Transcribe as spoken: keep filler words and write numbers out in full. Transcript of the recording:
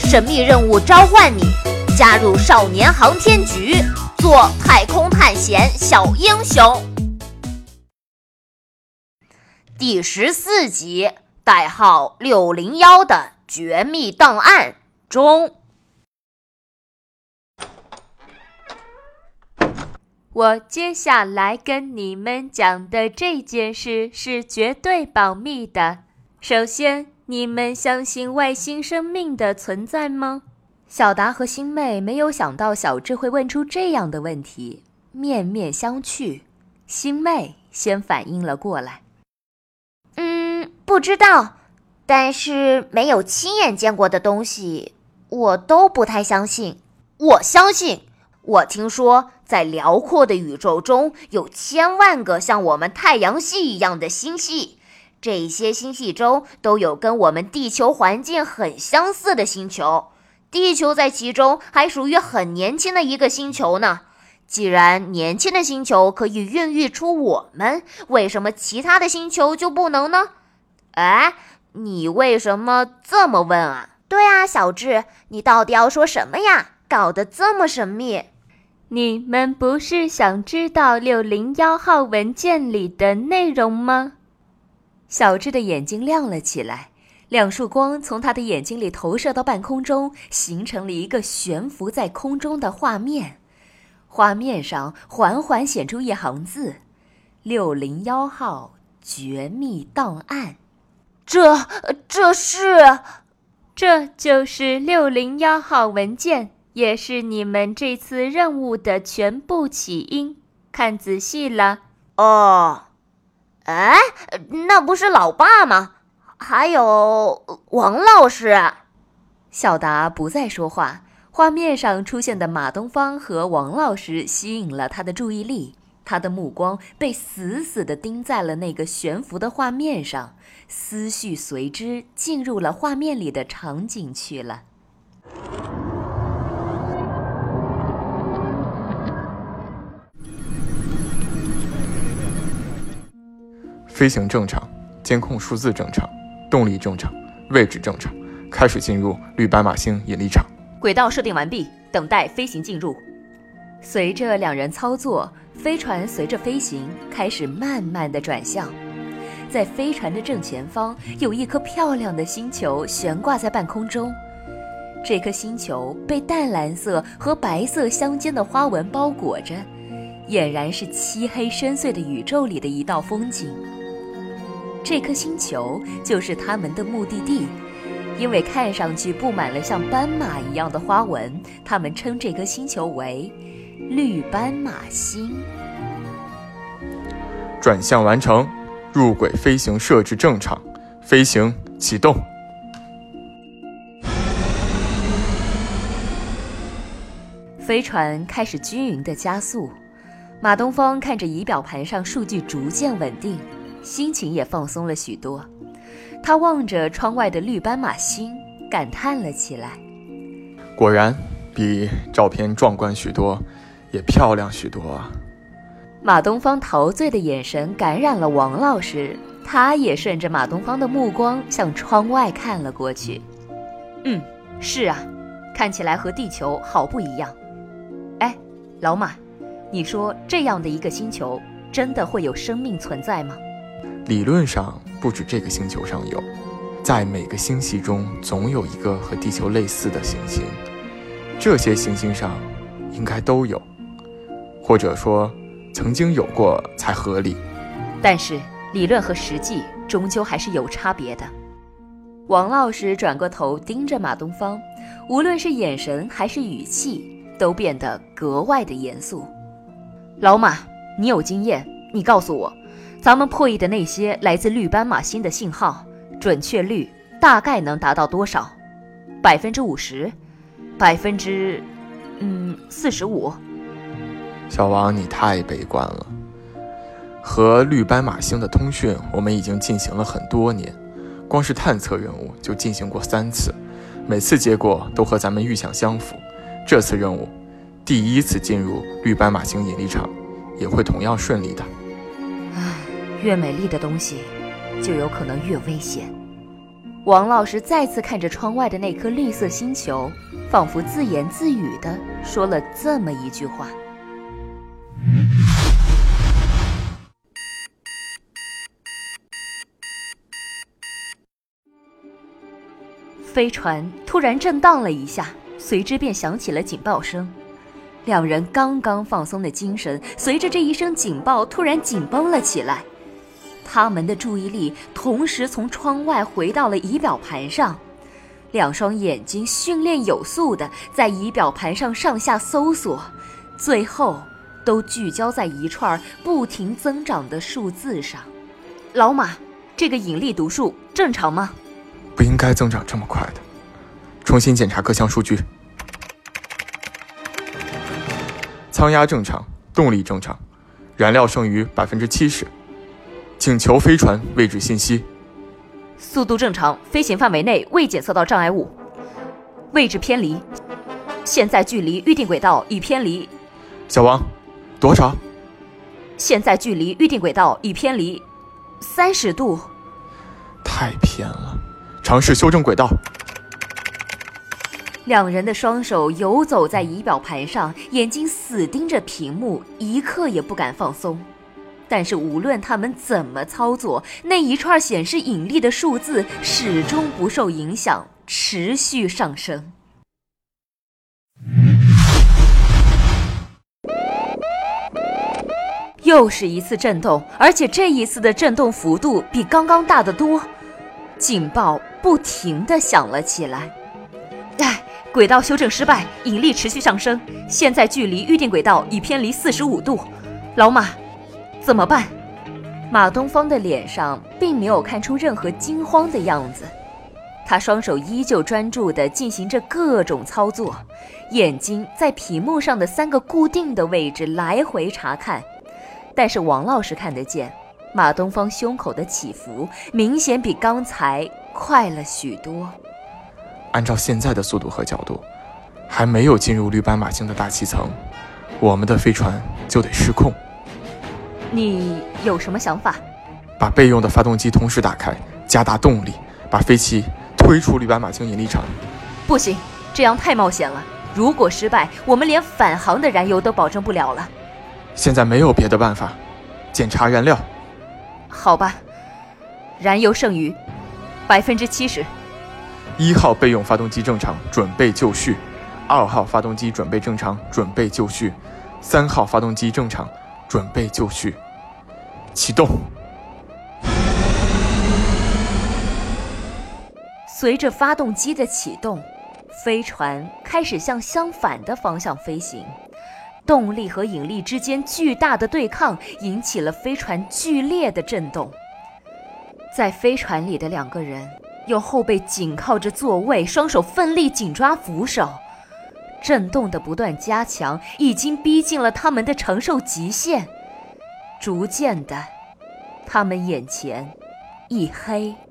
神秘任务召唤你，加入少年航天局，做太空探险小英雄。第十四集，代号六零一的绝密档案中。 我接下来跟你们讲的这件事是绝对保密的。首先，你们相信外星生命的存在吗？小达和星妹没有想到小智会问出这样的问题，面面相觑。星妹先反应了过来。 嗯，不知道，但是没有亲眼见过的东西，我都不太相信。我相信，我听说在辽阔的宇宙中有千万个像我们太阳系一样的星系，这些星系中都有跟我们地球环境很相似的星球，地球在其中还属于很年轻的一个星球呢。既然年轻的星球可以孕育出我们，为什么其他的星球就不能呢？哎，你为什么这么问啊？对啊，小智，你到底要说什么呀？搞得这么神秘。 你们不是想知道六零一号文件里的内容吗？小智的眼睛亮了起来，两束光从他的眼睛里投射到半空中，形成了一个悬浮在空中的画面。画面上缓缓显出一行字：六零一号绝密档案。 这这是这就是六零一号文件，也是你们这次任务的全部起因。看仔细了。 哦，哎，那不是老爸吗？还有王老师。 小达不再说话，画面上出现的马东方和王老师吸引了他的注意力，他的目光被死死地盯在了那个悬浮的画面上，思绪随之进入了画面里的场景去了。 飞行正常，监控数字正常，动力正常，位置正常，开始进入绿斑马星引力场。 轨道设定完毕，等待飞行进入。随着两人操作，飞船随着飞行开始慢慢的转向。在飞船的正前方有一颗漂亮的星球悬挂在半空中，这颗星球被淡蓝色和白色相间的花纹包裹着，俨然是漆黑深邃的宇宙里的一道风景。这颗星球就是他们的目的地，因为看上去布满了像斑马一样的花纹，他们称这颗星球为绿斑马星。 转向完成，入轨飞行设置正常，飞行启动。 飞船开始均匀的加速，马东方看着仪表盘上数据逐渐稳定，心情也放松了许多。他望着窗外的绿斑马星，感叹了起来。 果然比照片壮观许多，也漂亮许多啊。 马东方陶醉的眼神感染了王老师，他也顺着马东方的目光向窗外看了过去。嗯，是啊，看起来和地球好不一样。哎，老马，你说这样的一个星球真的会有生命存在吗？ 理论上不止这个星球上有，在每个星系中总有一个和地球类似的行星，这些行星上应该都有，或者说曾经有过才合理。 但是理论和实际终究还是有差别的。王老师转过头盯着马东方，无论是眼神还是语气都变得格外的严肃。老马，你有经验，你告诉我，咱们破译的那些来自绿斑马星的信号，准确率大概能达到多少？百分之五十？百分之……嗯，四十五？ 小王，你太悲观了。和绿斑马星的通讯，我们已经进行了很多年，光是探测任务就进行过三次，每次结果都和咱们预想相符。这次任务，第一次进入绿斑马星引力场，也会同样顺利的。 唉，越美丽的东西就有可能越危险。 王老师再次看着窗外的那颗绿色星球，仿佛自言自语地说了这么一句话：飞船突然震荡了一下，随之便响起了警报声。两人刚刚放松的精神，随着这一声警报突然紧绷了起来。他们的注意力同时从窗外回到了仪表盘上，两双眼睛训练有素地在仪表盘上上下搜索，最后都聚焦在一串不停增长的数字上。老马，这个引力读数正常吗？ 不应该增长这么快的。重新检查各项数据。舱压正常，动力正常，燃料剩余百分之七十。请求飞船位置信息。 速度正常，飞行范围内未检测到障碍物。位置偏离，现在距离预定轨道已偏离。 小王，多少？ 现在距离预定轨道已偏离三十度。 太偏了，尝试修正轨道。 两人的双手游走在仪表盘上，眼睛死盯着屏幕，一刻也不敢放松。但是无论他们怎么操作，那一串显示引力的数字始终不受影响，持续上升。又是一次震动，而且这一次的震动幅度比刚刚大得多。警报不停地响了起来。哎，轨道修正失败，引力持续上升，现在距离预定轨道已偏离四十五度。老马，怎么办？马东方的脸上并没有看出任何惊慌的样子，他双手依旧专注地进行着各种操作，眼睛在屏幕上的三个固定的位置来回查看。但是王老师看得见，马东方胸口的起伏明显比刚才快了许多。 按照现在的速度和角度，还没有进入绿斑马星的大气层，我们的飞船就得失控。 你有什么想法？ 把备用的发动机同时打开，加大动力，把飞机推出绿斑马星引力场。 不行，这样太冒险了。如果失败，我们连返航的燃油都保证不了了。 现在没有别的办法，检查燃料。 好吧，燃油剩余百分之七十。 一号备用发动机正常，准备就绪；二号发动机准备正常，准备就绪；三号发动机正常，准备就绪。启动。 随着发动机的启动，飞船开始向相反的方向飞行。动力和引力之间巨大的对抗引起了飞船剧烈的震动。在飞船里的两个人用后背紧靠着座位，双手奋力紧抓扶手。震动的不断加强已经逼近了他们的承受极限。逐渐的，他们眼前一黑